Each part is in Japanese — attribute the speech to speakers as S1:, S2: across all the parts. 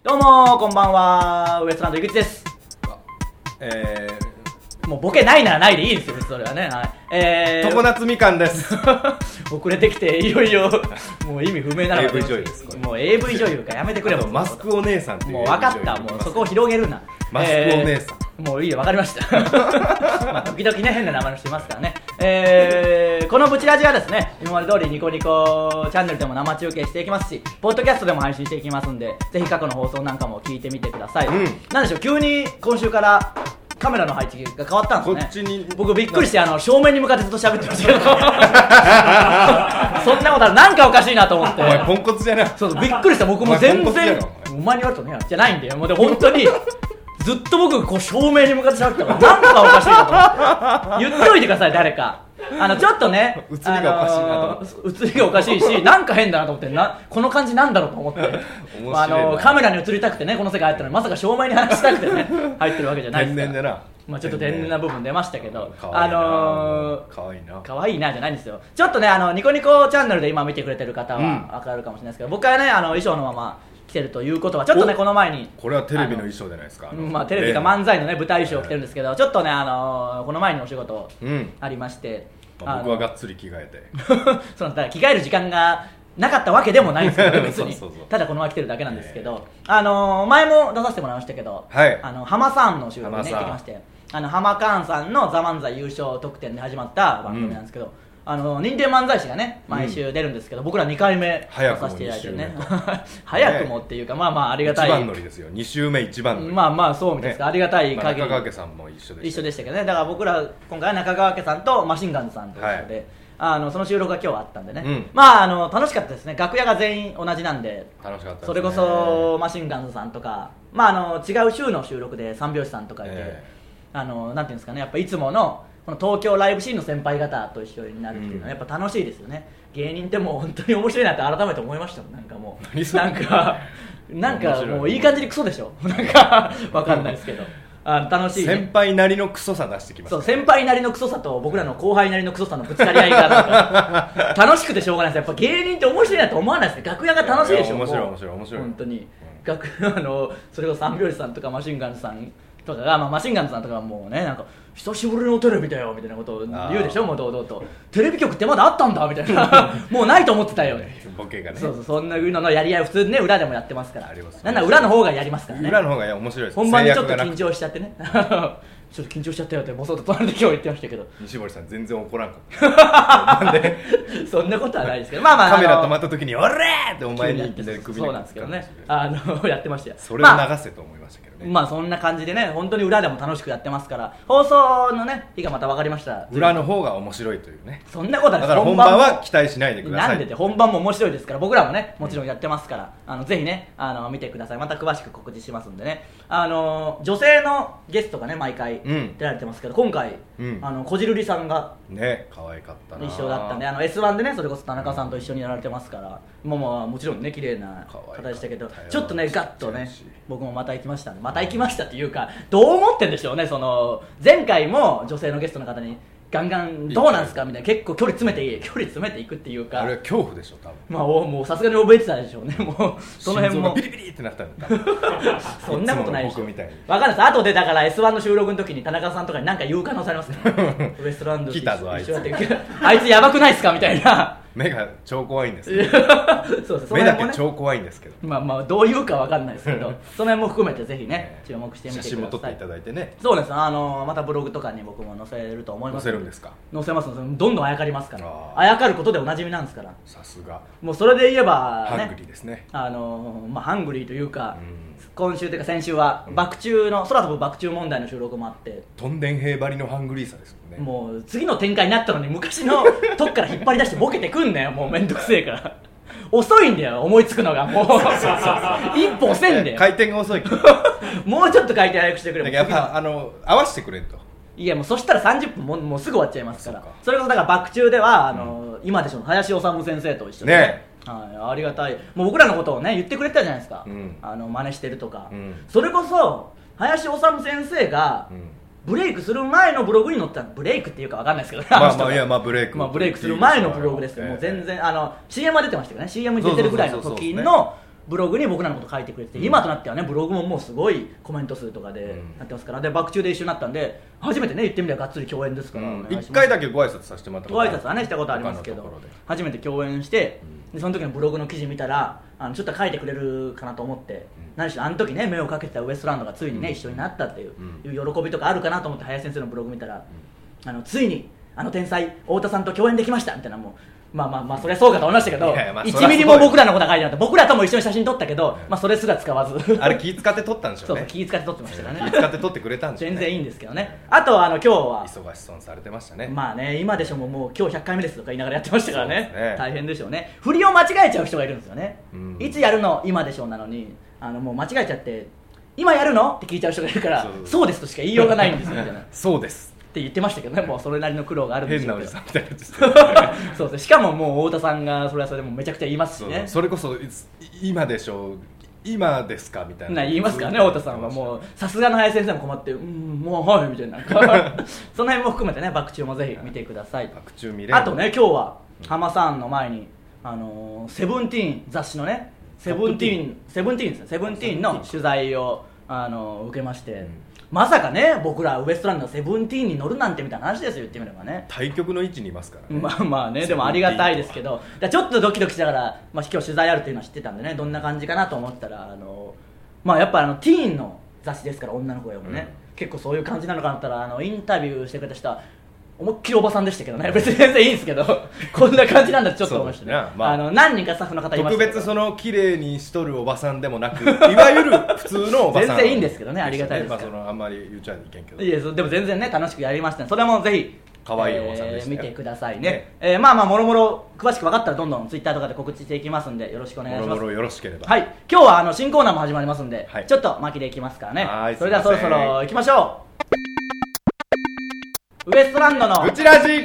S1: どうもこんばんは、ウエストランド井口です。もうボケないならないでいいですよ、それはね。はい、
S2: 常夏みかんです
S1: 遅れてきていよいよもう意味不明なのが
S2: AV 女優です。
S1: もう AV 女優かやめてくれ。もう
S2: マスクお姉さんっていう
S1: もう分かった。もうそこを広げるな。
S2: マスクお姉さ
S1: ん、もういいよ、分かりましたまあ時々ね変な名前の人いますからね。このブチラジはですね、今まで通りニコニコチャンネルでも生中継していきますし、ポッドキャストでも配信していきますんで、ぜひ過去の放送なんかも聞いてみてください。なんでしょう、急に今週からカメラの配置が変わったんですね。こっちに僕びっくりして正面に向かってずっと喋ってましたけどそんなことある、なんかおかしいなと思って。
S2: お前ポンコツじゃない。
S1: そうびっくりした。僕も全然お前に言われたねじゃないんだよ。もうで本当にずっと僕こう正面に向かって喋ってたからなんかおかしいなと思って言っておいてください、誰か。ちょっとね
S2: 映りがおかしいなと思って、
S1: 映りがおかしいしなんか変だなと思って、この感じなんだろうと思ってカメラに映りたくてねこの世界入ったのに、まさか正面に話したくてね入ってるわけじゃないですから。
S2: 天然だな。
S1: まあちょっと天然な部分出ましたけど、
S2: かわいいな
S1: かわいいなじゃないんですよ。ちょっとねニコニコチャンネルで今見てくれてる方は分かるかもしれないですけど、僕はね衣装のまま来てるということは、ちょっとねこの前に
S2: これはテレビの衣装じゃないですか。
S1: まあテレビか漫才のね舞台衣装を着てるんですけど、ちょっとねこの前にお仕事ありまして、
S2: 僕はがっつり着替えて
S1: そうだから着替える時間がなかったわけでもないんですけど別にただこのまま来てるだけなんですけど、前も出させてもらいましたけど、浜さんの収録にね行ってきまして、浜カーンさんの「ザ漫才優勝特典で始まった番組なんですけど、認定漫才師がね毎週出るんですけど、僕ら2回目出させていただいてね早くもっていうか、まあまあありがたい
S2: 一番乗りですよ。2週目一番乗り。
S1: まあまあそうみたいですか、ありがたい限り
S2: 中川家さんも一緒
S1: でしたけどね。だから僕ら今回は中川家さんとマシンガンズさんということで、その収録が今日あったんでね、まあ楽しかったですね。楽屋が全員同じなんで
S2: 楽しかったですね。
S1: それこそマシンガンズさんとか、まあ違う週の収録で三拍子さんとかいて、なんていうんですかね、やっぱいつものこの東京ライブシーンの先輩方と一緒になるっていうのはやっぱ楽しいですよね。芸人ってもう本当に面白いなって改めて思いましたもん。なんかもうなんかもういい感じにクソでしょなんかわかんないですけど楽しい、ね、
S2: 先輩なりのクソさ出してきました、
S1: そう先輩なりのクソさと僕らの後輩なりのクソさのぶつかり合いが楽しくてしょうがないです。やっぱ芸人って面白いなって思わないですね。楽屋が楽しいでしょ。
S2: 面白い
S1: 本当に楽屋それこそ三拍子さんとかマシンガンズさんとかが、マシンガンズさんとかはもうね、なんか久しぶりのテレビだよみたいなことを言うでしょ。もう堂々とテレビ局ってまだあったんだみたいなもうないと思ってたよ
S2: ボケがね。
S1: そうそんなのやり合い普通にね裏でもやってますから、なんなら裏の方がやりますからね。
S2: 裏の方が面白いです。
S1: 本番でちょっと緊張しちゃってねちょっと緊張しちゃったよってボソッと隣で今日言ってましたけど、
S2: 西堀さん全然怒らんかったなんで
S1: そんなことはないですけど、まあまあ
S2: カメラ止まった時に「おれー!」ってお前に
S1: 首そうなんですけどね、やってましたよ。
S2: それを流せと思いましたけどね。
S1: まあそんな感じでね、本当に裏でも楽しくやってますから、放送のね日がまた分かりました。
S2: 裏の方が面白いというね。
S1: そんなことは
S2: だから本番は期待しないでください。
S1: なんでって本番も面白いですから、僕らもねもちろんやってますから、ぜひね見てください。また詳しく告知しますんでね。女性のゲストがね毎回出られてますけど、今回こじるりさんが
S2: ね可愛かったな。
S1: 一緒だったんで、S1 でねそれこそ田中さんと一緒にやられてますから、もちろんね綺麗な方でしたけど、ちょっとねガッとね僕もまた行きましたんで、また行きましたっていうかどう思ってんでしょうね。その前回も女性のゲストの方にガンガンどうなんすかみたいな、結構距離詰めていくっていうか、
S2: あれは恐怖でしょ多分。
S1: まあもうさすがに覚えてたでしょうね。もうその辺も
S2: ビリビリってなったんだ
S1: そんなことないでしょ。
S2: 僕みたいに
S1: 分かんないです。後でだから S1 の収録の時に田中さんとかに何か言う可能性ありますねウエストランド
S2: 来たぞあいつ
S1: あいつやばくないっすかみたいな
S2: 目が超怖いんですけど
S1: そうです、
S2: 目だけ超怖いんですけど、
S1: まあどういうかわかんないですけどその辺も含めてぜひね注目してみてください。
S2: 写真も撮っていただいてね。
S1: そうです。またブログとかに僕も載せると思います。
S2: 載せるんですか。
S1: 載せます。どんどんあやかりますから。あやかることでおなじみなんですから。
S2: さすが。
S1: もうそれで言えばね、
S2: ハングリーですね。
S1: ハングリーというか、今週というか先週は空飛ぶ爆中問題の収録もあって、
S2: とんでん兵張りのハングリーさですもんね。
S1: もう次の展開になったのに昔のとこから引っ張り出してボケてくんなよ。もうめんどくせえから遅いんだよ思いつくのが。もう一歩遅いんだよ。
S2: 回転が遅い
S1: もうちょっと回転早くしてくれ。
S2: やっぱ合わせてくれんと。い
S1: やもうそしたら30分もうすぐ終わっちゃいますから。それこそだから爆中では今でしょ林修先生と一緒にね、はい、ありがたい。もう僕らのことをね言ってくれてたじゃないですか、真似してるとか、それこそ林修先生が、ブレイクする前のブログに載ったブレイクっていうかわかんないですけど、
S2: ブレイク、
S1: ブレイクする前のブログですけど、もう全然CM は出てましたけどね、CM に出てるぐらいの時のブログに僕らのこと書いてくれてて、今となってはねブログももうすごいコメント数とかでなってますから、でバク宙で一緒になったんで初めてね言ってみればがっつり共演ですから、
S2: 1回だけご挨拶させてもらった
S1: ご挨拶はねしたことありますけど、初めて共演して、でその時のブログの記事見たらちょっと書いてくれるかなと思って、何しろあの時ね目をかけてたウエストランドがついにね一緒になったっていう喜びとかあるかなと思って林先生のブログ見たら、ついにあの天才太田さんと共演できましたみたいな、もうまあそれはそうかと思いましたけど、1ミリも僕らのことは書いてなくて、僕らとも一緒に写真撮ったけど、それすら使わず
S2: あれ気使って撮ったんでしょうね。
S1: そう気使って撮ってましたからね。
S2: 気使って撮ってくれたんでしょうね。
S1: 全然いいんですけどね。あと今日は
S2: 忙しそうにされてましたね。
S1: まあね、今でしょもう今日100回目ですとか言いながらやってましたから ね大変でしょうね。振りを間違えちゃう人がいるんですよね、いつやるの今でしょうなのにもう間違えちゃって今やるのって聞いちゃう人がいるから、そうですとしか言いようがないんですよみたいな
S2: そうです
S1: って言ってましたけどね、もうそれなりの苦労があるんでしょうけど、
S2: 変なおじさんみたいな
S1: そうです。しかももう太田さんがそれはそれでもめちゃくちゃ言いますしね。
S2: それこそ今でしょう今ですかみたいな
S1: 言いますからね。太田さんはもうさすがの林先生も困ってもうはいみたいなその辺も含めてねバク宙もぜひ見てください。
S2: バク宙見れ
S1: あとね今日は浜さんの前にセブンティーン雑誌のねセブンティーンの取材を受けまして、まさかね僕らウエストランドのセブンティーンに乗るなんてみたいな話ですよ、言ってみればね。
S2: 対局の位置にいますからね。
S1: まあね、でもありがたいですけど、ちょっとドキドキしながら、今日取材あるっていうのは知ってたんでね、どんな感じかなと思ったらやっぱティーンの雑誌ですから、女の子よりもね、結構そういう感じなのかなと思ったらインタビューしてくれた人は思いっきりおばさんでしたけどね、別に全然いいんですけどこんな感じなんだってちょっと思いましたね。何人かスタッフの方いましたけど、
S2: 特別その綺麗にしとるおばさんでもなくいわゆる普通のおばさん
S1: 全然いいんですけどね、ありがたいですから、
S2: あんまり言っちゃいけんけど、
S1: いやでも全然ね楽しくやりましたね。それもぜひ
S2: 可愛いおばさんでした
S1: 見てくださいね。もろもろ詳しく分かったらどんどんツイッターとかで告知していきますんでよろしくお願いします。
S2: もろもろよろしければ。
S1: はい、今日は新コーナーも始まりますんで、ちょっと巻きでいきますからね。それではそろそろ行きましょう。ウエストランドの
S2: ブチラジ。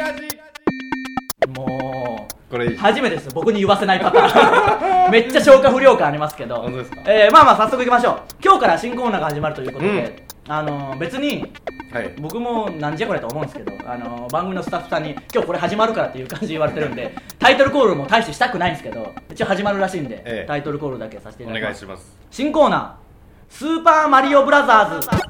S1: もうこれ初めてですよ、僕に言わせないパターンめっちゃ消化不良感ありますけど、
S2: 本当ですか。
S1: 早速いきましょう。今日から新コーナーが始まるということで、別に僕もなんじゃこれと思うんですけど、番組のスタッフさんに今日これ始まるからっていう感じで言われてるんでタイトルコールも大してしたくないんですけど、一応始まるらしいんで、タイトルコールだけさせていただきます。
S2: お願いします。
S1: 新コーナースーパーマリオブラザーズ。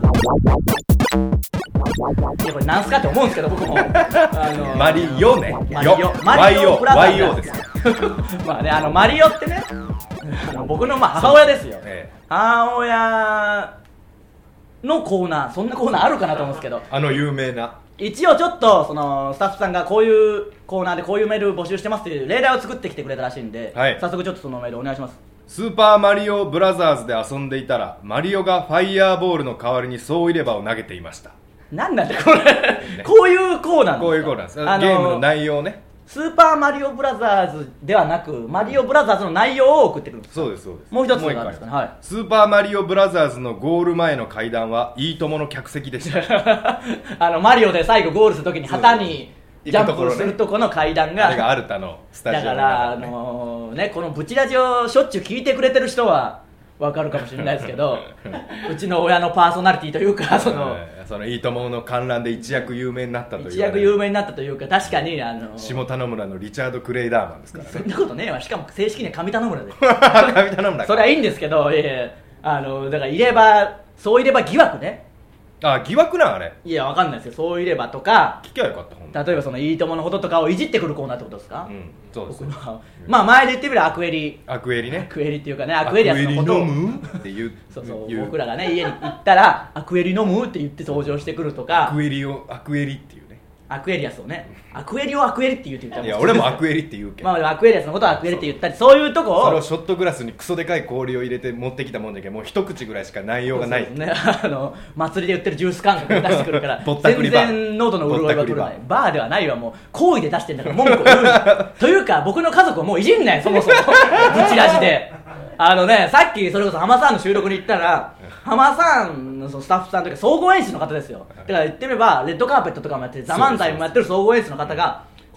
S1: いやこれなんすかって思うんですけど僕も
S2: マリオね、
S1: マリオブラザーズ
S2: です
S1: マリオってね僕の母親ですよ、母親のコーナー、そんなコーナーあるかなと思うんですけど、
S2: 有名な、
S1: 一応ちょっとそのスタッフさんがこういうコーナーでこういうメール募集してますっていう例題を作ってきてくれたらしいんで、早速ちょっとそのメールお願いします。
S2: スーパーマリオブラザーズで遊んでいたらマリオがファイヤーボールの代わりに総入れ歯を投げていました。
S1: なんだってこれこういうコーナーなんですか。
S2: こういうコーナーです。ゲームの内容ね。
S1: スーパーマリオブラザーズではなくマリオブラザーズの内容を送ってくるんですか。
S2: そうですそうです。
S1: もう一つがあるんですかね。
S2: スーパーマリオブラザーズのゴール前の階段はいいともの客席でした
S1: マリオで最後ゴールするときに旗にジャンプするとこの階段が、
S2: あれがアルタのスタジオの
S1: 中で、ね、このブチラジをしょっちゅう聞いてくれてる人は分かるかもしれないですけどうちの親のパーソナリティというかその
S2: いいともの観覧で一躍有名になったという、
S1: 一躍有名になったというか、確かに
S2: 下田野村のリチャード・クレイダーマンですからね。
S1: そんなことねえわ。しかも正式には上田野村で
S2: 上田野村
S1: それはいいんですけど、だから入れ歯、そういれば疑惑ね。
S2: 疑惑なんあれ。
S1: いやわかんないですよ。そういればとか
S2: 聞きゃよかった。
S1: 例えばそのいいとものこととかをいじってくるコーナーってことですか。
S2: そうです。
S1: 前で言ってみればアクエリね。
S2: アクエリ
S1: っていうかね、アクエリアスのことを
S2: 飲むって言う
S1: そう僕らがね家に行ったらアクエリ飲むって言って登場してくるとか、
S2: アクエリっていうね、
S1: アクエリアスをね、アクエリをアクエリって言うって言ったら、
S2: いや俺もアクエリって言うけど、
S1: アクエリアスのことをアクエリって言ったり、そういうとこを
S2: それをショットグラスにクソでかい氷を入れて持ってきたもんだけど、もう一口ぐらいしか内容がない。
S1: そうですね、祭りで売ってるジュース感覚で出してくるから全
S2: ぼったくりバー、
S1: 然喉の潤いが取れない。バーではないわ、もう行為で出してんだから文句を言うというか僕の家族をもういじんないそもそもブチラジでさっきそれこそ浜さんの収録に行ったら、浜さんのスタッフさんというか総合演出の方ですよ。だから言ってみればレッドカーペットとかもやってて、ザ・漫才もやってる総合演出の方が、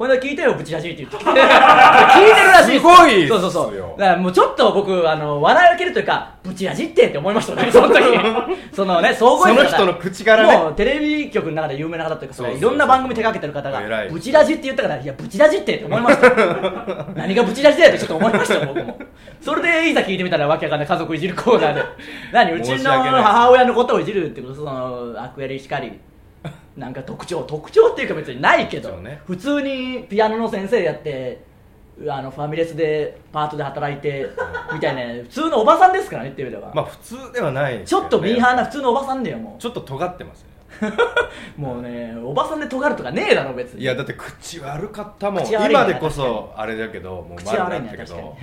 S1: これ聞いてよブチラジって言って聞いてるらしいです。
S2: すごいっすよ。
S1: そうだからもうちょっと僕笑いをけるというかブチラジって思いましたねその時そのね総合
S2: その人の口からね、
S1: もうテレビ局の中で有名な方というかいろんな番組手掛けてる方がブチラジって言ったからいやブチラジって思いました何がブチラジだよってちょっと思いました僕も。それでいざ聞いてみたらわけわかんない家族いじるコーナーで何うちの母親のことをいじるってことそのアクエリしかりなんか特徴っていうか別にないけど、ね、普通にピアノの先生やってファミレスでパートで働いてみたいな普通のおばさんですからねっていう意味では
S2: まあ普通ではない、ね、
S1: ちょっとミーハーな普通のおばさんだよもう
S2: ちょっと尖ってますよ
S1: もうねおばさんで尖るとかねえだろ別に。
S2: いやだって口悪かったもん今でこそあれだけどもう丸くなったけど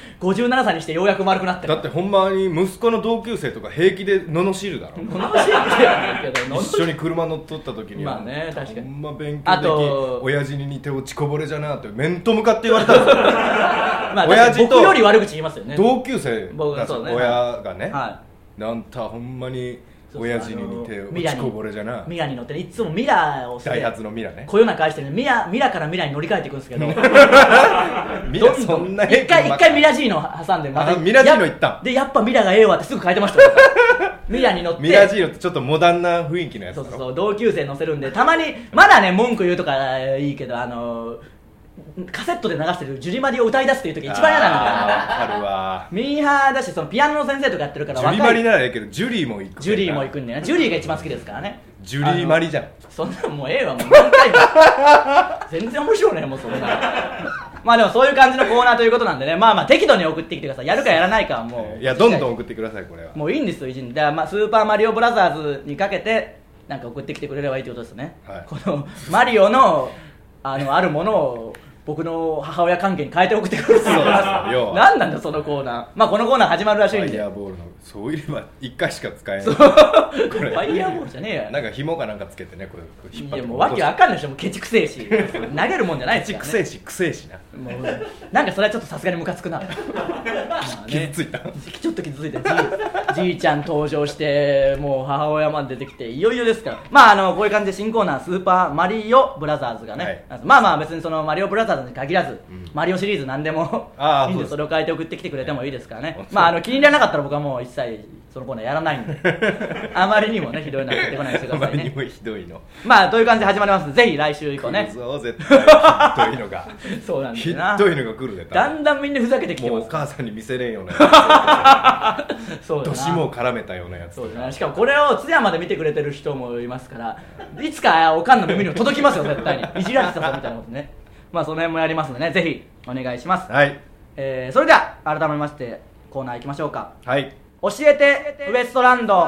S1: 57歳にしてようやく丸くなって
S2: だってほんまに息子の同級生とか平気で罵るだろ罵
S1: るけど
S2: 一緒に車乗っとった時に
S1: まあね確かに
S2: ほんま勉強でき親父に似て落ちこぼれじゃなって面と向かって言われたんですよ
S1: まあ親父と僕より悪口言いますよね
S2: 同級生だ
S1: そうね
S2: 親がね、
S1: はい、
S2: なんたほんまに親父に似て落ちこぼれじゃな
S1: ミラに乗ってねいつもミラを
S2: ダイハツのミラね
S1: こよなく愛してるミラからミラに乗り換えていくんですけど
S2: ミラそんな
S1: 一回ミラ G の挟んでまた
S2: ミラ G の行った
S1: でやっぱミラがええわってすぐ変えてましたミラに乗って
S2: ミラ G のってちょっとモダンな雰囲気のやつだろ
S1: そう同級生乗せるんでたまにまだね文句言うとかいいけどカセットで流してるジュリマリを歌い出すっていう時一番嫌なんだよ。
S2: わかるわ
S1: ミーハーだしそのピアノの先生とかやってるから
S2: ジュリマリならいいけどジュリーも行く
S1: ジュリーも行くんだよねジュリーが一番好きですからね
S2: ジュリーマリじゃん
S1: そんなんもうええわもう何回も全然面白いねもうそんなまあでもそういう感じのコーナーということなんでねまあ適度に送ってきてくださいやるかやらないかはもう
S2: いやどんどん送ってくださいこれは
S1: もういいんですよだからスーパーマリオブラザーズにかけてなんか送ってきてくれればいいってことですね、はい、このマリオのあるものを僕の母親関係に変えて送ってくるそう何なんだそのコーナーまあこのコーナー始まるらしいんで
S2: ファイヤーボールのそういえば1回しか使えないこれ
S1: ファイヤーボールじゃねえよ
S2: なんか紐かなんかつけてねこれ
S1: 引っ張っていやもうわけわかんないでしょもうケチくせえし投げるもんじゃないですからね
S2: ケチくせえしな
S1: もうなんかそれはちょっとさすがにムカつくな
S2: 傷ついた
S1: ちょっと傷ついてじいちゃん登場してもう母親まで出てきていよいよですからまあこういう感じで新コーナースーパーマリオブラザーズがね、はい、まあ別にそのマリオブラザーズに限らず、マリオシリーズ何でもいいんでそれを変えて送ってきてくれてもいいですからねまあ気に入らなかったら僕はもう一切そのコーナーやらないんであまりにもねひどいの送ってこないでしてくださいね
S2: あまりにもひどいの
S1: まあという感じで始まりますのでぜひ来週以降ね
S2: 来るぞ絶対ひどいのが
S1: そうなんですな
S2: ひどいのが来るで
S1: だんだんみんなふざけてきてます
S2: もうお母さんに見せれんようなやつそうだな年も絡めたようなやつ
S1: そうだなしかもこれを津山で見てくれてる人もいますからいつかおかんの耳にも届きますよ絶対にいじられてたぞみたいなことねまあその辺もやりますのでねぜひお願いします
S2: はい、
S1: それでは改めましてコーナー行きましょうか
S2: はい
S1: 教えてウエストランド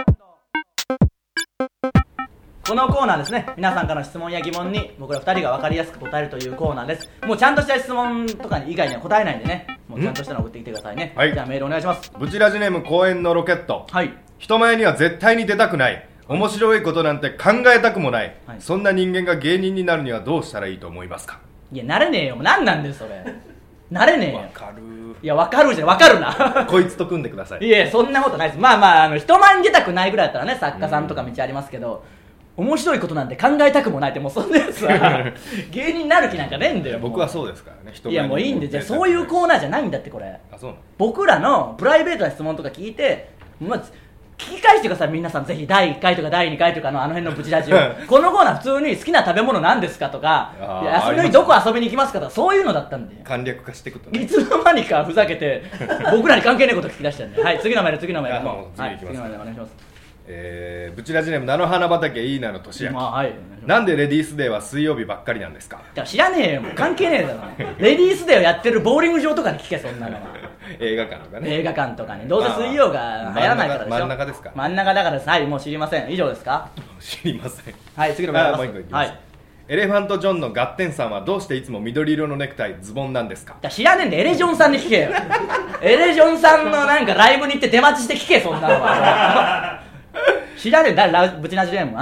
S1: このコーナーですね皆さんからの質問や疑問に僕ら2人が分かりやすく答えるというコーナーですもうちゃんとした質問とか以外には答えないんでねもうちゃんとしたの送ってきてくださいね、はい、じゃあメールお願いします
S2: ブチラジネーム公園のロケット
S1: はい
S2: 人前には絶対に出たくない面白いことなんて考えたくもない、はい、そんな人間が芸人になるにはどうしたらいいと思いますか
S1: いやなれねえよ何なんだよそれなれねえよ
S2: わかる
S1: いやわかるじゃんわかるな
S2: こいつと組んでください
S1: いやそんなことないですまあ人前に出たくないぐらいだったらね作家さんとか道ありますけど面白いことなんて考えたくもないってもうそんなやつは芸人になる気なんかねえんだよ
S2: 僕はそうですからね
S1: いやもういいんでじゃあそういうコーナーじゃないんだってこれ
S2: あそうなの
S1: 僕らのプライベートな質問とか聞いてまあ聞き返してください皆さんぜひ第1回とか第2回とかのあの辺のブチラジオこのコーナー普通に好きな食べ物なんですかとか休みの日どこ遊びに行きますかとかそういうのだったんで
S2: 簡略化していくと、ね、
S1: いつの間にかふざけて僕らに関係ないこと聞き出したんではい次のメール次のメールも
S2: 次いきます、
S1: はい、次のメールお願いします
S2: ブチラジネーム菜の花畑いいなの年明け、
S1: はい、
S2: なんでレディースデーは水曜日ばっかりなんですか
S1: 知らねえよもう関係ねえだろレディースデーをやってるボーリング場とかに聞けそんなの
S2: 映画館とかね
S1: 映画館とかにどうせ水曜が流行らないからでしょ
S2: 真ん中ですか
S1: 真ん中だからはいもう知りません以上ですか
S2: 知りません
S1: はい次のメール
S2: もう一個いきます、はい、エレファントジョンのガッテンさんはどうしていつも緑色のネクタイズボンなんですか
S1: 知らねえんでエレジョンさんに聞けよエレジョンさんのなんかライブに行って出待ちして聞けそんなのは知らねえだブチナジネームは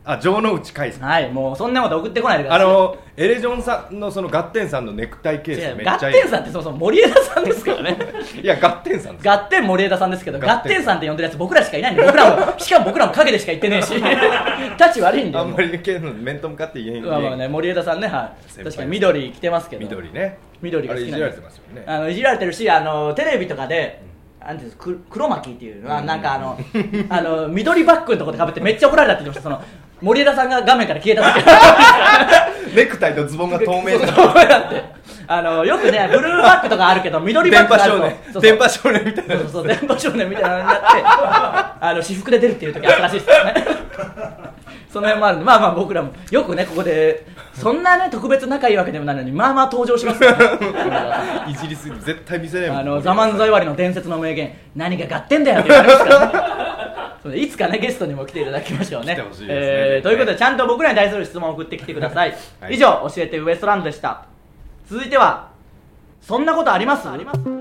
S2: 城之内海さん。
S1: はい、もうそんなこと送ってこないでください。
S2: エレジョンさんのそのガッテンさんのネクタイケースめっちゃいい。
S1: ガッテンさんってそもそも森枝さんですからね。
S2: いやガッテンさんです。
S1: ガッテン森枝さんですけど、ガッテンさんって呼んでるやつ僕らしかいないんで、しかも僕らも影でしか言ってねえし立ち悪いんで。
S2: あんまり面と向かって言えへん。
S1: まあね、森枝さんね、はい、確かに緑着てますけど。
S2: 緑ね。
S1: 緑が好きなんで。
S2: あれいじられてますよね。
S1: いじられてるし、テレビとかで、なんていうんですか、黒巻っていうのは、なんか緑バッグのところでかぶってめっちゃ怒られたって言ってました。その森枝さんが画面から消えた時
S2: ネクタイとズボンが透明
S1: だってよくね、ブルーバッグとかあるけど緑バッグがあると
S2: 電波少年みたいな、
S1: そう電波少年みたいなのになって私服で出るっていう時あったらしいですよねその辺もあるんで、まあまあ僕らもよくね、ここでそんなね特別仲いいわけでもないのにまあまあ登場しますよね
S2: いじりすぎて絶対見せないもん。
S1: ザ・マンザイ割りの伝説の名言、何が合ってんだよって言われますからねいつかねゲストにも来ていただきましょうね。
S2: 来てほしいですね、
S1: ということでちゃんと僕らに対する質問を送ってきてください、はい、以上教えてウエストランドでした。続いてはそんなことあります？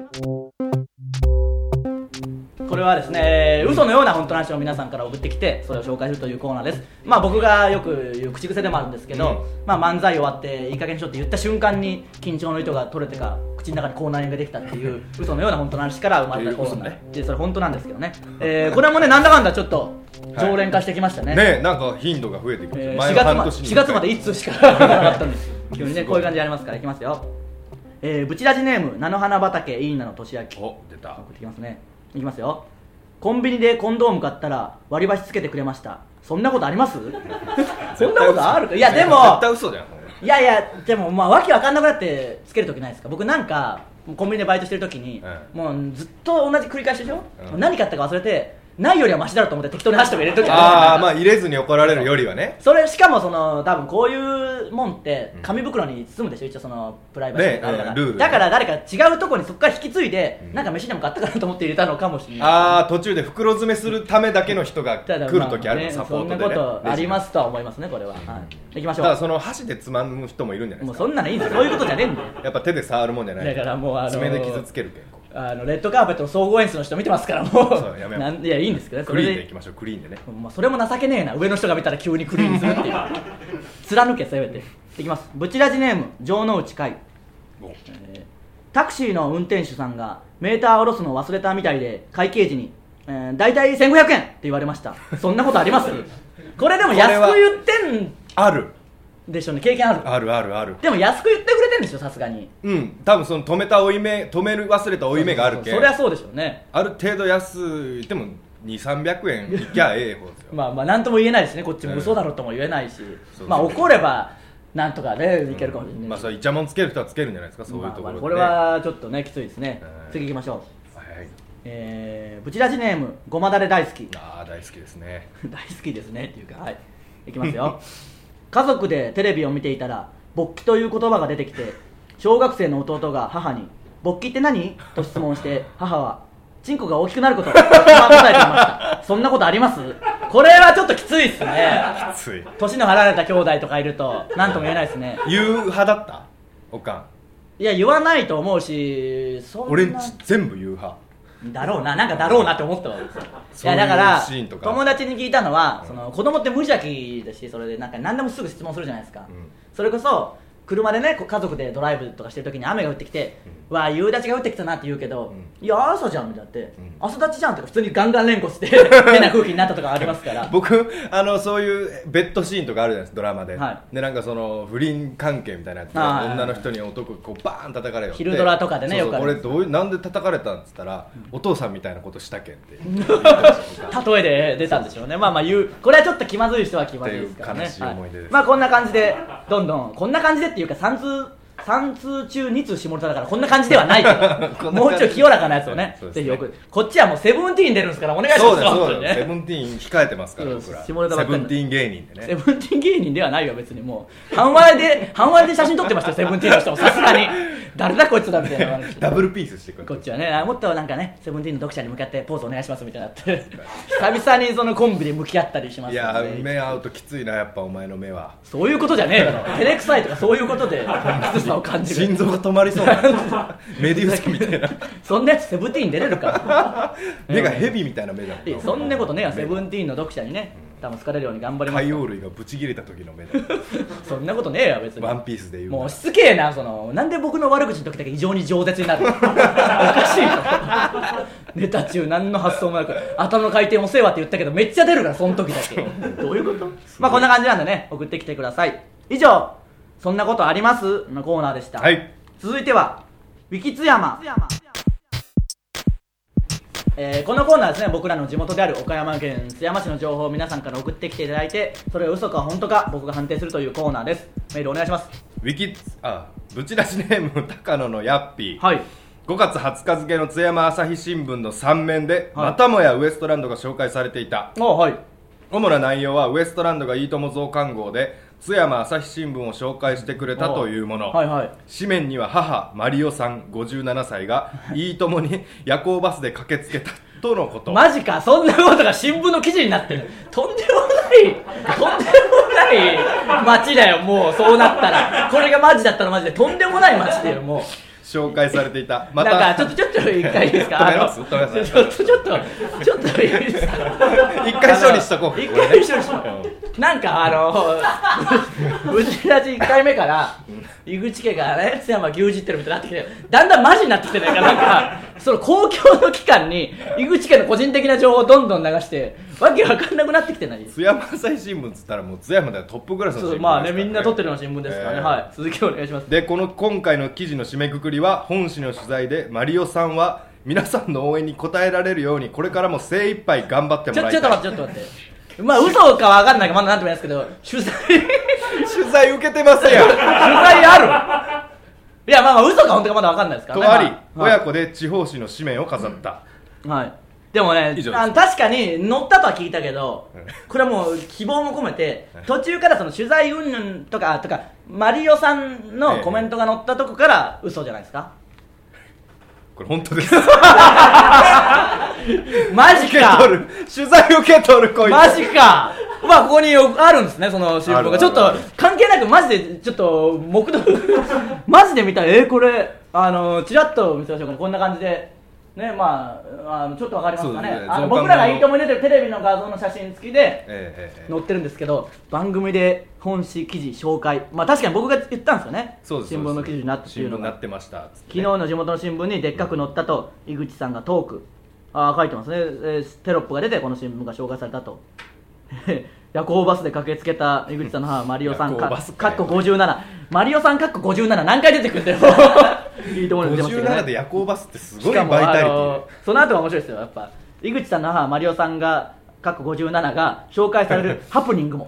S1: これはですね、嘘のような本当の話を皆さんから送ってきてそれを紹介するというコーナーです。まあ僕がよく言う口癖でもあるんですけど、まあ漫才終わっていい加減にしろって言った瞬間に緊張の糸が取れてか口の中に口内炎ができたっていう嘘のような本当の話から生まれたコーナーで、それ本当なんですけどね、これもねなんだかんだちょっと常連化してきましたね。
S2: ね、なんか頻度が増えてきました。
S1: 4月まで1通しかなかったんです急にねこういう感じでありますからいきますよ。ブチラジネーム菜の花畑いいなのとしあき、
S2: お出た、
S1: 送ってきますね。いきますよ。コンビニでコンドーム買ったら割り箸つけてくれました。そんなことあります？そんなことあるか。いやでも
S2: 絶対嘘だよ。
S1: いやいやでもまあわけわかんなくなってつけるときないですか。僕なんかコンビニでバイトしてるときに、もうずっと同じ繰り返しでしょ、何買ったか忘れてないよりはマシだろうと思って適当に箸とか入れるとき
S2: ああ、まあ入れずに怒られるよりはね。
S1: それしかも多分こういうもんって紙袋に包むでしょ、一応そのプライバシーがあるから、
S2: ルール
S1: だから誰か違うところにそこから引き継いで、なんか飯でも買ったかなと思って入れたのかもしれない。
S2: ああ、途中で袋詰めするためだけの人が来るときあるの、サポートでね。
S1: そんなことありますとは思いますね、これは。いきましょう。
S2: ただその箸でつまむ人もいるんじゃないですか。
S1: もうそんなのいいんですよ、そういうことじゃねえんだよ。
S2: やっぱ手で触るもんじゃない。
S1: だからもう
S2: 爪で傷つけるけん。
S1: レッドカーペットの総合演出の人見てますからもう
S2: そうやめよう。
S1: いやいいんですけどね、
S2: クリーンでいきましょう。クリーンでね、
S1: まあ、それも情けねえな、上の人が見たら急にクリーンにするっていう貫けせめて。いきます。ブチラジネーム城之内海、タクシーの運転手さんがメーター下ろすの忘れたみたいで会計時に、大体1500円って言われました。そんなことあります？これでも安く言ってん
S2: ある
S1: でしょうね。経験ある。
S2: あるあるある。
S1: でも安く言ってくれてるんでしょ、さすがに。
S2: うん、多分その止める忘れた負い目があるけん。
S1: そりゃそうでしょうね。
S2: ある程度安いでも200-300円いきゃええ方ですよ
S1: まあまあなんとも言えないですね、こっちも嘘だろとも言えないし、まあ怒ればなんとかねいけるかもしれない。
S2: まあそれイチャモンつける人はつけるんじゃないですか、そういうところで。
S1: これはちょっとねきついですね。次行きましょう。はい、ブチラジネームごまだれ大好き。
S2: ああ大好きですね
S1: 大好きですねっていうか、はい、いきますよ家族でテレビを見ていたら勃起という言葉が出てきて、小学生の弟が母に勃起って何と質問して、母はチンコが大きくなることと答えていましたそんなことあります？これはちょっときついですね。
S2: きつい。
S1: 年の離れた兄弟とかいると何とも言えないですね。
S2: 言う派だったおかん？
S1: いや言わないと思うし、そんな
S2: 俺んち全部言う派
S1: だろうな、なんかだろうなって思ったわけですよ。いやだから友達に聞いたのは、その子供って無邪気だし、それでなんか何でもすぐ質問するじゃないですか、それこそ車でね家族でドライブとかしてる時に雨が降ってきて、わあ夕立が降ってきたなって言うけど、いや朝じゃんみたいなって、朝立ちじゃんとか普通にガンガン連呼して変な空気になったとかありますから
S2: 僕そういうベッドシーンとかあるじゃないですか、ドラマで、でなんかその不倫関係みたいなやつで女の人に男こうバーン叩かれよって、
S1: 昼ドラとかでねよくある。
S2: 俺なんで叩かれたんっつったら、お父さんみたいなことしたけんって
S1: 例えで出たんでしょうね。まあまあこれはちょっと気まずい人は気まずいですからね。
S2: 悲しい思い出です。
S1: まあこんな感じでどんどんこんな感じでっていうか3通中2通下ネタだからこんな感じではないけどもうちょい清らかなやつをねぜひ送る。こっちはもうセブンティーン出るんですからお願いします。
S2: そうですセブンティーン控えてますから僕ら。セブンティーン芸人でね。
S1: セブンティーン芸人ではないよ別に。もう半割れで写真撮ってましたよセブンティーンの人も。さすがに誰だこいつだみたいな
S2: ダブルピースしてくる。
S1: こっちはねもっとなんかねセブンティーンの読者に向かってポーズお願いしますみたいになって久々にそのコンビで向き合ったりします。
S2: いや目合うときついなやっぱお前の目は。
S1: そういうことじゃねえだろ照れくさいとかそういうことできつさを感じる。
S2: 心臓が止まりそうなメデューサみたいな
S1: そんなやつセブンティーン出れるか
S2: 目がヘビみたいな目だもん。
S1: そんなことねえわ。セブンティーンの読者にね多分好かれるように頑張ります。
S2: 海洋類がブチ切れた時の目で
S1: そんなことねえよ別に。
S2: ワンピースで言う
S1: もうしつけえな、なんで僕の悪口の時だけ異常に饒舌になるのおかしいよネタ中何の発想もなく頭の回転遅いわって言ったけどめっちゃ出るからその時だけどういうことまあこんな感じなんでね、送ってきてください。以上そんなことありますのコーナーでした、
S2: はい、
S1: 続いてはウィキ津山。このコーナーですね、僕らの地元である岡山県津山市の情報を皆さんから送ってきていただいて、それを嘘か本当か僕が判定するというコーナーです。メールお願いします。
S2: ブチラジネーム高野のヤッピー、
S1: はい、
S2: 5月20日付の津山朝日新聞の3面で、はい、またもやウエストランドが紹介されていた。
S1: はい、
S2: 主な内容はウエストランドがいいとも増刊号で津山朝日新聞を紹介してくれたというもの、はいはい、紙面には母マリオさん57歳がいいともに夜行バスで駆けつけたとのこと。
S1: マジか、そんなことが新聞の記事になってる。とんでもない街だよ。もうそうなったらこれがマジだったらマジでとんでもない街だよ。もう
S2: 紹介されていた。
S1: またなんかちょっと一回いいですか。
S2: 止めます。
S1: ちょっといいですか。
S2: 一回処理しとこう。
S1: 一回処理しとこう。なんかブチラジ1回目から井口家がね津山牛耳ってるみたいになってきて、だんだんマジになってきてないか。なんかその公共の機関に井口家の個人的な情報をどんどん流してわけわかんなくなってきてない。
S2: 津山朝日新聞っつったらもう津山ではトップクラスの新聞ですから、ね、
S1: まあね、みんな撮ってるような新聞ですからね、はい、続きお願いします。
S2: で今回の記事の締めくくりは本誌の取材でマリオさんは皆さんの応援に応えられるようにこれからも精一杯頑張ってもらいたい。
S1: ちょっと待ってまあ嘘かわかんないかまだなんとも言いますけど取
S2: 材受けてますやん。取
S1: 材ある。いやまあ嘘か本当かまだわかんないですからね。
S2: とあり、親子で地方紙の紙面を飾った、
S1: はい。でもね、確かに載ったとは聞いたけど、これはもう希望も込めて途中からその取材云々とかマリオさんのコメントが載ったとこから嘘じゃないですか。
S2: これ本当です
S1: マジか。
S2: 取材受け取るこいつ
S1: マジか。まあここにあるんですね、その新聞が。ちょっと関係なくマジでちょっと目読マジで見たらこれチラッと見せましょうかね。こんな感じでね、まあちょっとわかりますかね。僕らがいいともに出てるテレビの画像の写真付きで載ってるんですけど、番組で本誌記事紹介、まあ確かに僕が言ったんですよね。新聞の記事になったっていうのが。
S2: 新聞になってました、
S1: 昨日の地元の新聞にでっかく載ったと井口さんがトーク書いてますね。テロップが出てこの新聞が紹介されたと夜行バスで駆けつけた井口さんの母マリオさんかっこ57マリオさんかっこ57何回出てくるんだよいいところに出てますけどね。
S2: 57で夜行バスってすごいバイタリティ。
S1: その後は面白いですよ。やっぱ井口さんの母マリオさんがかっこ57が紹介されるハプニングも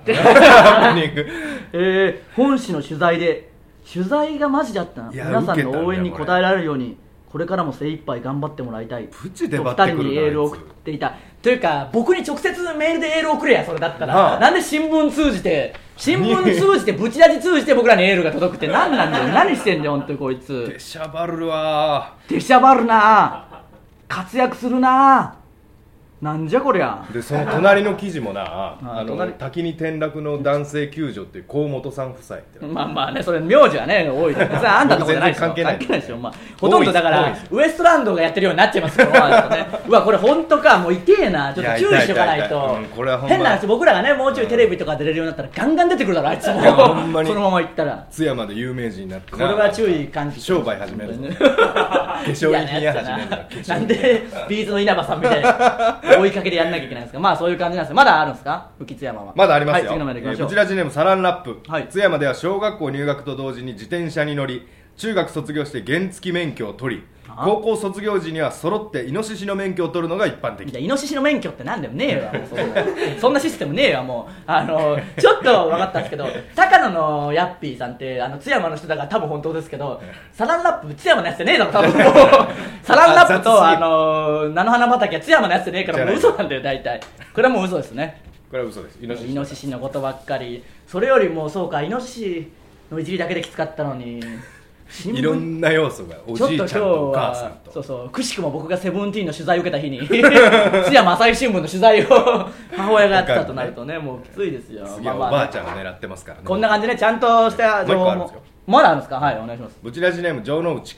S1: 本誌の取材で取材がマジだったな。皆さんの応援に応えられるようにこれからも精一杯頑張ってもらいたい。
S2: プチで
S1: 2人にエールを送っていたというか、僕に直接メールでエールを送れや。それだったらなんで新聞通じてブチラジ通じて僕らにエールが届くって何なんだよ。何してんだよ本当にこいつ。
S2: 出しゃばるわ。
S1: 出しゃばるな、活躍するな。なんじゃこりゃ。
S2: でその隣の記事もな滝に転落の男性救助っていう河本さん夫妻って
S1: まあね、それ名字はね多いです。それあんたのとこじゃないですよ。関係ないですよ。まあほとんどだからウエストランドがやってるようになっちゃいますよね。うわこれ本当か、もう痛えな。ちょっと注意しとかないと。変な話、僕らがねもうちょいテレビとか出れるようになったらガンガン出てくるだろあいつも。そのまま行ったら
S2: 津山で有名人になって
S1: これは注意喚起。
S2: 商売始める化粧品屋始める。
S1: なんでビーズの稲葉さんみたいな追いかけでやんなきゃいけないんですか。まあそういう感じなんですよ。まだあるんですか、浮津山は。
S2: まだありますよ。
S1: はい、次のメール行きましょう。
S2: ブチラジネームサランラップ、はい、津山では小学校入学と同時に自転車に乗り、中学卒業して原付免許を取り、高校卒業時には揃ってイノシシの免許を取るのが一般的。
S1: イノシシの免許ってなんだよ。ねえわそんなシステムねえわ。もうちょっと分かったんですけど、高野のヤッピーさんって津山の人だから多分本当ですけど、サランラップ津山のやつじゃねえだろ多分サランラップと菜の花畑は津山のやつじゃねえからもう嘘なんだよ大体。これはもう嘘ですね。
S2: これは嘘です。イ
S1: ノシシのことばっかり。それよりもそうか、イノシシのいじりだけできつかったのに
S2: いろんな要素がおじいちゃんとお母さんと。
S1: そうくしくも僕がセブンティーンの取材を受けた日に津山朝日新聞の取材を母親がやってたとなるとね、もうきついですよ。
S2: 次はおばあちゃんが狙ってますからね。
S1: こんな感じでちゃんとした情報もまだあるんですか。はい、お願いします。
S2: ブチラジネーム城之内海、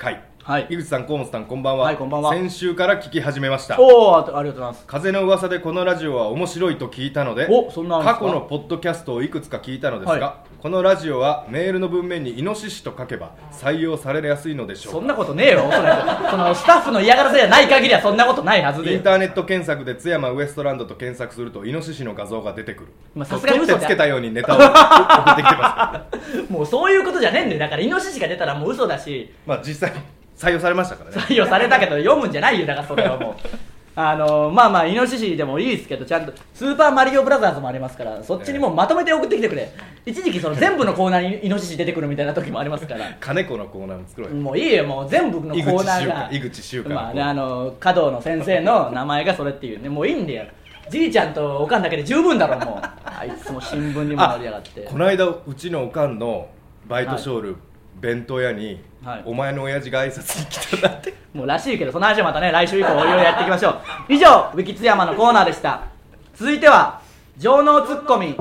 S2: はい、井口さん、河本さん、こんばんは。
S1: はい、こんばんは。
S2: 先週から聞き始めました。
S1: おお、ありがとうございます。
S2: 風の噂でこのラジオは面白いと聞いたので、
S1: そんな
S2: 過去のポッドキャストをいくつか聞いたのですが、このラジオはメールの文面にイノシシと書けば採用されやすいのでしょうか。
S1: そんなことねえよ、そのスタッフの嫌がらせじゃない限りはそんなことないはずで。
S2: インターネット検索で津山ウエストランドと検索するとイノシシの画像が出てくる。
S1: さすがに
S2: 嘘でつけたようにネタを送ってきてます
S1: もうそういうことじゃねえんだよ。だからイノシシが出たらもう嘘だし、
S2: 実際採用されましたからね。
S1: 採用されたけど読むんじゃないよ。だからそれはもうイノシシでもいいですけど、ちゃんとスーパーマリオブラザーズもありますから、そっちにもうまとめて送ってきてくれ。一時期全部のコーナーにイノシシ出てくるみたいな時もありますから
S2: 金子のコーナーも作ろうよ。
S1: もういいよ、もう全部のコーナーが
S2: 井口修華
S1: 華道の先生の名前がそれっていうね、もういいんだよ。じいちゃんとおかんだけで十分だろ。もうあいつも新聞にも載りやがって。
S2: この間うちのおかんのバイトショール、弁当屋に、お前の親父が挨拶に来たんだって
S1: もうらしいけど、その話はまたね、来週以降いろいろやっていきましょう。以上、ウィキ津山のコーナーでした。続いては情能ツッコミ。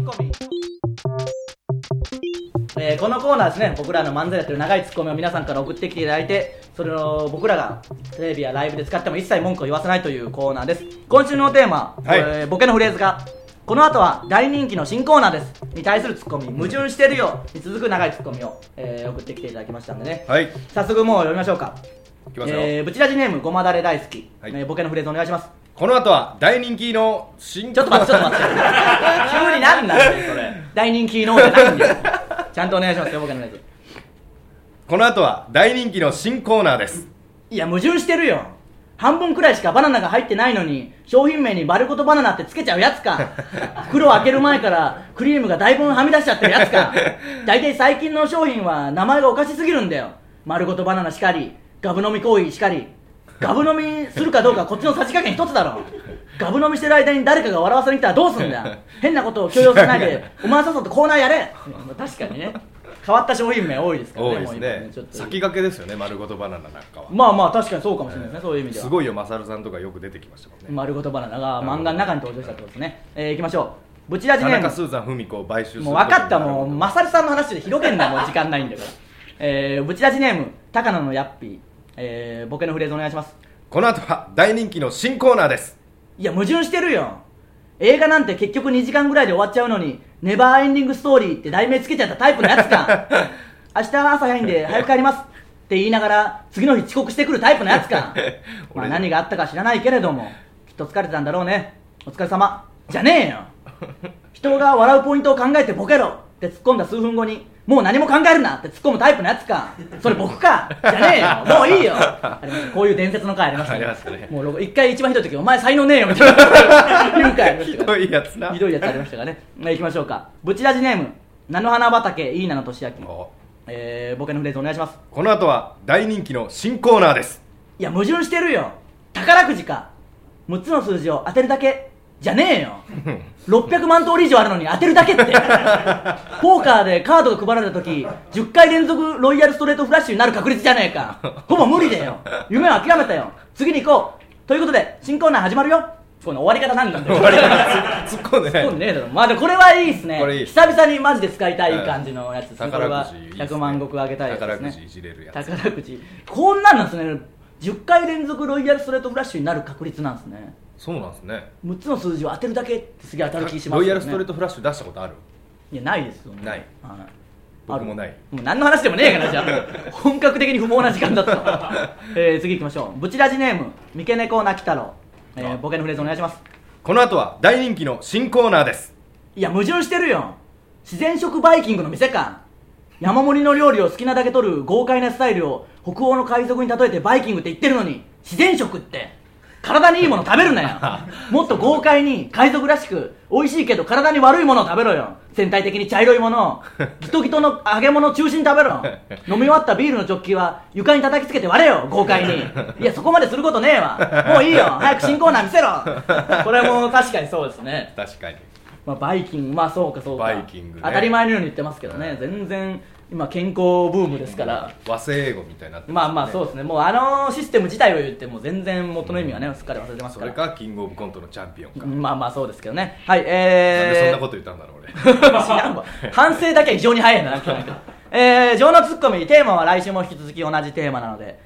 S1: このコーナーですね、僕らの漫才やってる長いツッコミを皆さんから送ってきていただいて、それを僕らがテレビやライブで使っても一切文句を言わせないというコーナーです。今週のテーマ、ボケのフレーズがこの後は大人気の新コーナーですに対するツッコミ、矛盾してるよに続く長いツッコミを、送ってきていただきましたんでね、早速もう読みましょうか。ブチラジネームごまだれ大好き、ボケのフレーズお願いします。
S2: この後は大人気の新
S1: ちょっと待って急になんなんだよそれ。大人気のじゃないんだよ。ちゃんとお願いしますよ、ボケのフレーズ。
S2: この後は大人気の新コーナーです。
S1: いや矛盾してるよ。半分くらいしかバナナが入ってないのに商品名に丸ごとバナナってつけちゃうやつか。袋を開ける前からクリームがだいぶはみ出しちゃってるやつか。大体最近の商品は名前がおかしすぎるんだよ。丸ごとバナナしかり、ガブ飲み行為しかり。ガブ飲みするかどうかこっちのさじ加減一つだろ。ガブ飲みしてる間に誰かが笑わせに来たらどうすんだよ。変なことを強要しないでお前さっさとコーナーやれ。確かにね、変わった商品名多いですからね。
S2: 多いですね。先駆けですよね、丸ごとバナナなんかは。
S1: まあまあ確かにそうかもしれないですね、そういう意味では。
S2: すごいよ、マサルさんとかよく出てきましたもんね。
S1: 丸ごとバナナが漫画の中に登場したってことですね。いきましょう。ブチラジネーム
S2: 田中スーザン文子を買収する。
S1: もう分かった、もうマサルさんの話で広げんな、もう時間ないんだから。ブチラジネーム高野のヤッピー、ボケのフレーズお願いします。
S2: この後は大人気の新コーナーです。
S1: いや矛盾してるよ。映画なんて結局2時間ぐらいで終わっちゃうのにネバーエンディングストーリーって題名つけちゃったタイプのやつか。明日朝早いんで早く帰りますって言いながら次の日遅刻してくるタイプのやつか。まあ何があったか知らないけれどもきっと疲れてたんだろうね、お疲れ様じゃねえよ。人が笑うポイントを考えてボケろって突っ込んだ数分後にもう何も考えるなって突っ込むタイプのやつか。それ僕かじゃねえよ、もういいよ。こういう伝説の回ありましたね。もう一回一番ひどい時お前才能ねえよみたいな言う回ありましたから。
S2: ひどいやつな。
S1: ひどいやつありましたからね。行きましょうか。ブチラジネーム菜の花畑いいなのとしあき、ボケのフレーズお願いします。
S2: この後は大人気の新コーナーです。
S1: いや矛盾してるよ。宝くじか6つの数字を当てるだけじゃねえよ。600万通り以上あるのに当てるだけって。ポーカーでカードが配られた時10回連続ロイヤルストレートフラッシュになる確率じゃねえか。ほぼ無理だよ。夢は諦めたよ。次に行こうということで新コーナー始まるよ。この終わり方なんだよ。
S2: 終わり方突っ込んでない。
S1: 突っ込んでねえだろ。まあでもこれはいいですね。
S2: いい
S1: 久々にマジで使いたい感じのやつですね。これは100万石あげたいですね。
S2: 宝くじいじれるやつ。
S1: 宝くじこんなんですね。10回連続ロイヤルストレートフラッシュになる確率なんですね。
S2: そうなんですね。
S1: 6つの数字を当てるだけってすげえ当たる気しますよね。
S2: ロイヤルストレートフラッシュ出したことある？
S1: いやないですよね。
S2: ない。僕もない。
S1: もう何の話でもねえからじゃあ本格的に不毛な時間だった。次行きましょう。ブチラジネーム三毛猫泣き太郎、ボケのフレーズお願いします。
S2: この後は大人気の新コーナーです。
S1: いや矛盾してるよ。自然食バイキングの店か。山盛りの料理を好きなだけ取る豪快なスタイルを北欧の海賊に例えてバイキングって言ってるのに自然食って体にいいもの食べるなよ。もっと豪快に海賊らしく美味しいけど体に悪いものを食べろよ。全体的に茶色いものをギトギトの揚げ物を中心に食べろ。飲み終わったビールのジョッキは床に叩きつけて割れよ豪快に。いやそこまですることねえわ。もういいよ早く新コーナー見せろ。これも確かにそうですね。
S2: 確かに。
S1: まあ、バイキング、まあそうかそうか、
S2: バイキング、ね、
S1: 当たり前のように言ってますけどね、全然今健康ブームですから、
S2: 和製英語みたいになって
S1: ますね。まあまあそうですね。もうシステム自体を言っても全然元の意味はね、すっかり忘れてますから。
S2: それかキングオブコントのチャンピオンか。
S1: まあまあそうですけどね。はい。なん
S2: でそんなこと言ったんだろう俺。
S1: 反省だけは非常に早いな。情のツッコミテーマは来週も引き続き同じテーマなので、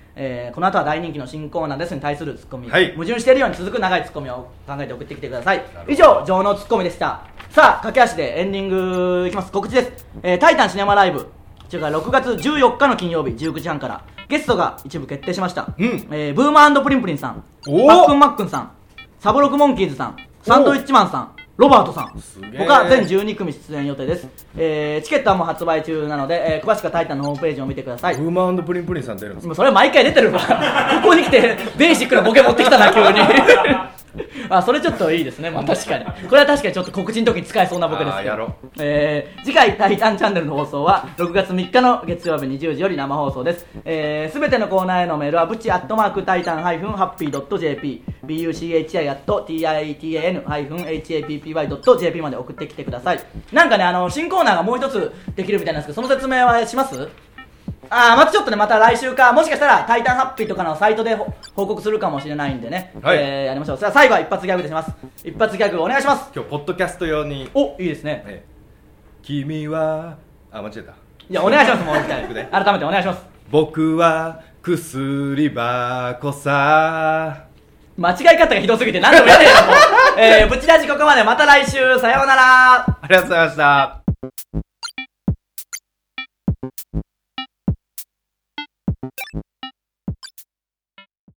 S1: この後は大人気の新コーナーですに対するツッコミ、
S2: はい、
S1: 矛盾しているように続く長いツッコミを考えて送ってきてください。以上情のツッコミでした。さあ駆け足でエンディングいきます。告知です。タイタンシネマライブ6月14日の金曜日19時半からゲストが一部決定しました、ブーマー&プリンプリンさん、パックンマックンさん、サブロクモンキーズさん、サンドウィッチマンさん、ロバートさん、他全12組出演予定です。チケットはもう発売中なので、詳しくはタイタンのホームページを見てください。
S2: ブーマー&プリンプリンさん出るんですか？
S1: それは毎回出てるわここに来てベーシックなボケ持ってきたな急にそれちょっといいですね、まあ、確かにこれは確かにちょっと告知の時に使えそうなボケですけど、次回タイタンチャンネルの放送は6月3日の月曜日20時より生放送です。すべてのコーナーへのメールはブチ@titan-happy.jp buchi@titan-happy.jp まで送ってきてください。なんかね、新コーナーがもう一つできるみたいなんですけど、その説明はします？またちょっとね、また来週かもしかしたらタイタンハッピーとかのサイトで報告するかもしれないんでね、はい、やりましょう。さあ最後は一発ギャグでします。一発ギャグお願いします。
S2: 今日ポッドキャスト用に。
S1: いいですね、
S2: 君は間違えた。
S1: いやお願いします。もう一回改めてお願いします。
S2: 僕は薬箱さ。
S1: 間違い方がひどすぎて何でもやれよもうブチラジここまで。また来週、さようなら。
S2: ありがとうございました。